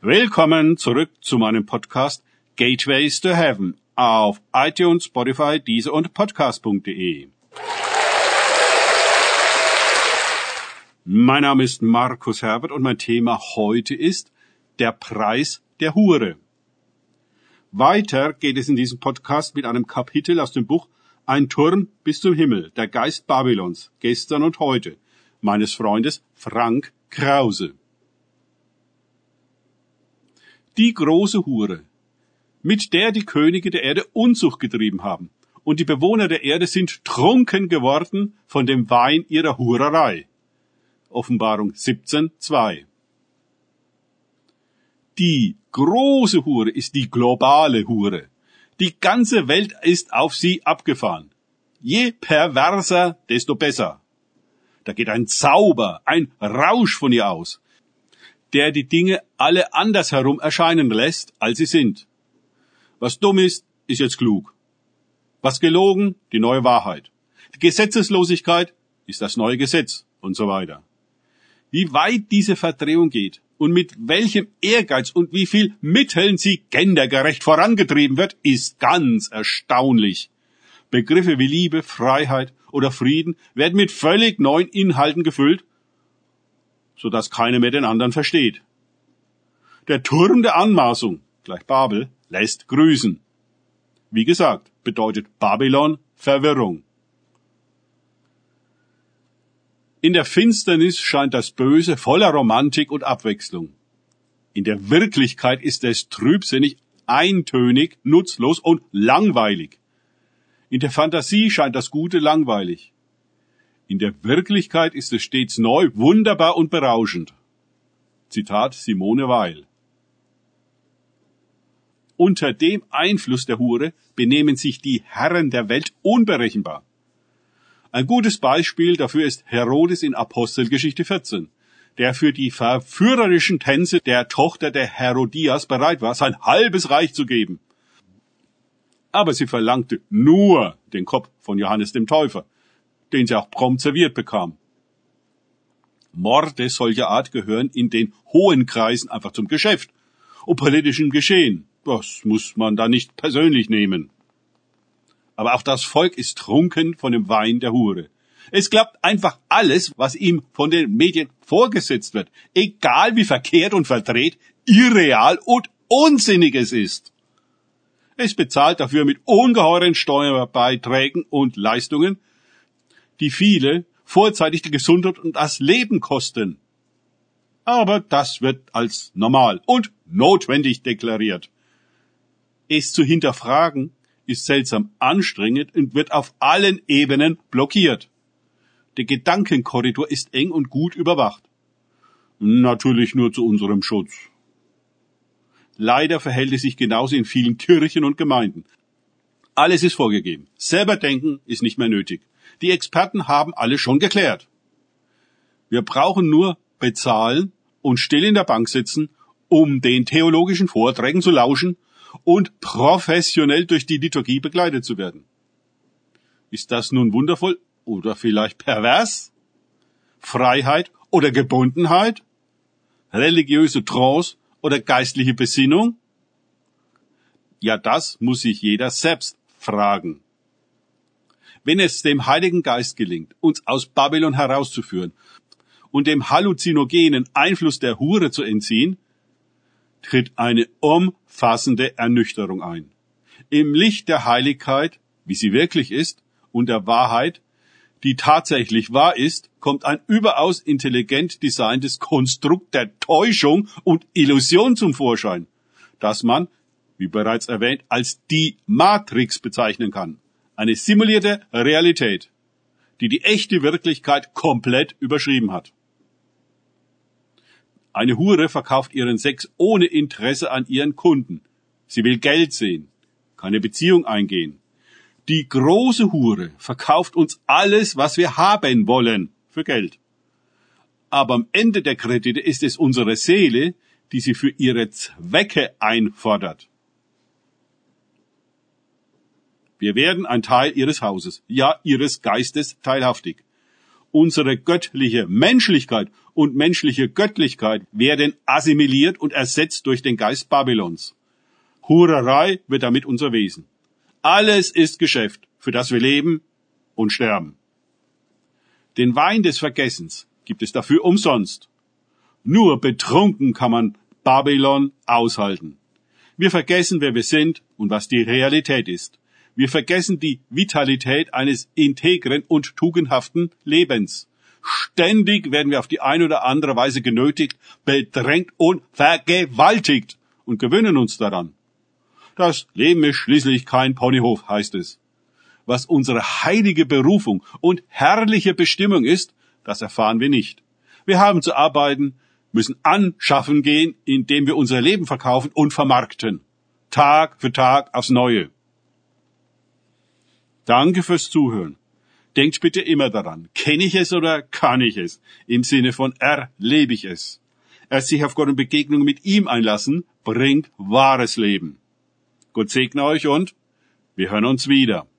Willkommen zurück zu meinem Podcast Gateways to Heaven auf iTunes, Spotify, Deezer und Podcast.de. Mein Name ist Markus Herbert und mein Thema heute ist der Preis der Hure. Weiter geht es in diesem Podcast mit einem Kapitel aus dem Buch Ein Turm bis zum Himmel, der Geist Babylons, gestern und heute, meines Freundes Frank Krause. Die große Hure, mit der die Könige der Erde Unzucht getrieben haben, und die Bewohner der Erde sind trunken geworden von dem Wein ihrer Hurerei. Offenbarung 17,2. Die große Hure ist die globale Hure. Die ganze Welt ist auf sie abgefahren. Je perverser, desto besser. Da geht ein Zauber, ein Rausch von ihr aus, der die Dinge alle andersherum erscheinen lässt, als sie sind. Was dumm ist, ist jetzt klug. Was gelogen, die neue Wahrheit. Die Gesetzeslosigkeit ist das neue Gesetz und so weiter. Wie weit diese Verdrehung geht und mit welchem Ehrgeiz und wie viel Mitteln sie gendergerecht vorangetrieben wird, ist ganz erstaunlich. Begriffe wie Liebe, Freiheit oder Frieden werden mit völlig neuen Inhalten gefüllt, sodass keiner mehr den anderen versteht. Der Turm der Anmaßung, gleich Babel, lässt grüßen. Wie gesagt, bedeutet Babylon Verwirrung. In der Finsternis scheint das Böse voller Romantik und Abwechslung. In der Wirklichkeit ist es trübsinnig, eintönig, nutzlos und langweilig. In der Fantasie scheint das Gute langweilig. In der Wirklichkeit ist es stets neu, wunderbar und berauschend. Zitat Simone Weil. Unter dem Einfluss der Hure benehmen sich die Herren der Welt unberechenbar. Ein gutes Beispiel dafür ist Herodes in Apostelgeschichte 14, der für die verführerischen Tänze der Tochter der Herodias bereit war, sein halbes Reich zu geben. Aber sie verlangte nur den Kopf von Johannes dem Täufer, den sie auch prompt serviert bekam. Morde solcher Art gehören in den hohen Kreisen einfach zum Geschäft und politischem Geschehen. Das muss man da nicht persönlich nehmen. Aber auch das Volk ist trunken von dem Wein der Hure. Es glaubt einfach alles, was ihm von den Medien vorgesetzt wird, egal wie verkehrt und verdreht, irreal und unsinnig es ist. Es bezahlt dafür mit ungeheuren Steuerbeiträgen und Leistungen, die viele vorzeitig die Gesundheit und das Leben kosten. Aber das wird als normal und notwendig deklariert. Es zu hinterfragen ist seltsam anstrengend und wird auf allen Ebenen blockiert. Der Gedankenkorridor ist eng und gut überwacht. Natürlich nur zu unserem Schutz. Leider verhält es sich genauso in vielen Kirchen und Gemeinden. Alles ist vorgegeben. Selber denken ist nicht mehr nötig. Die Experten haben alles schon geklärt. Wir brauchen nur bezahlen und still in der Bank sitzen, um den theologischen Vorträgen zu lauschen und professionell durch die Liturgie begleitet zu werden. Ist das nun wundervoll oder vielleicht pervers? Freiheit oder Gebundenheit? Religiöse Trance oder geistliche Besinnung? Ja, das muss sich jeder selbst fragen. Wenn es dem Heiligen Geist gelingt, uns aus Babylon herauszuführen und dem halluzinogenen Einfluss der Hure zu entziehen, tritt eine umfassende Ernüchterung ein. Im Licht der Heiligkeit, wie sie wirklich ist, und der Wahrheit, die tatsächlich wahr ist, kommt ein überaus intelligent designtes Konstrukt der Täuschung und Illusion zum Vorschein, das man, wie bereits erwähnt, als die Matrix bezeichnen kann. Eine simulierte Realität, die die echte Wirklichkeit komplett überschrieben hat. Eine Hure verkauft ihren Sex ohne Interesse an ihren Kunden. Sie will Geld sehen, keine Beziehung eingehen. Die große Hure verkauft uns alles, was wir haben wollen, für Geld. Aber am Ende der Kredite ist es unsere Seele, die sie für ihre Zwecke einfordert. Wir werden ein Teil ihres Hauses, ja ihres Geistes teilhaftig. Unsere göttliche Menschlichkeit und menschliche Göttlichkeit werden assimiliert und ersetzt durch den Geist Babylons. Hurerei wird damit unser Wesen. Alles ist Geschäft, für das wir leben und sterben. Den Wein des Vergessens gibt es dafür umsonst. Nur betrunken kann man Babylon aushalten. Wir vergessen, wer wir sind und was die Realität ist. Wir vergessen die Vitalität eines integren und tugendhaften Lebens. Ständig werden wir auf die eine oder andere Weise genötigt, bedrängt und vergewaltigt und gewöhnen uns daran. Das Leben ist schließlich kein Ponyhof, heißt es. Was unsere heilige Berufung und herrliche Bestimmung ist, das erfahren wir nicht. Wir haben zu arbeiten, müssen anschaffen gehen, indem wir unser Leben verkaufen und vermarkten. Tag für Tag aufs Neue. Danke fürs Zuhören. Denkt bitte immer daran, kenne ich es oder kann ich es? Im Sinne von erlebe ich es. Erst sich auf Gott und Begegnung mit ihm einlassen, bringt wahres Leben. Gott segne euch und wir hören uns wieder.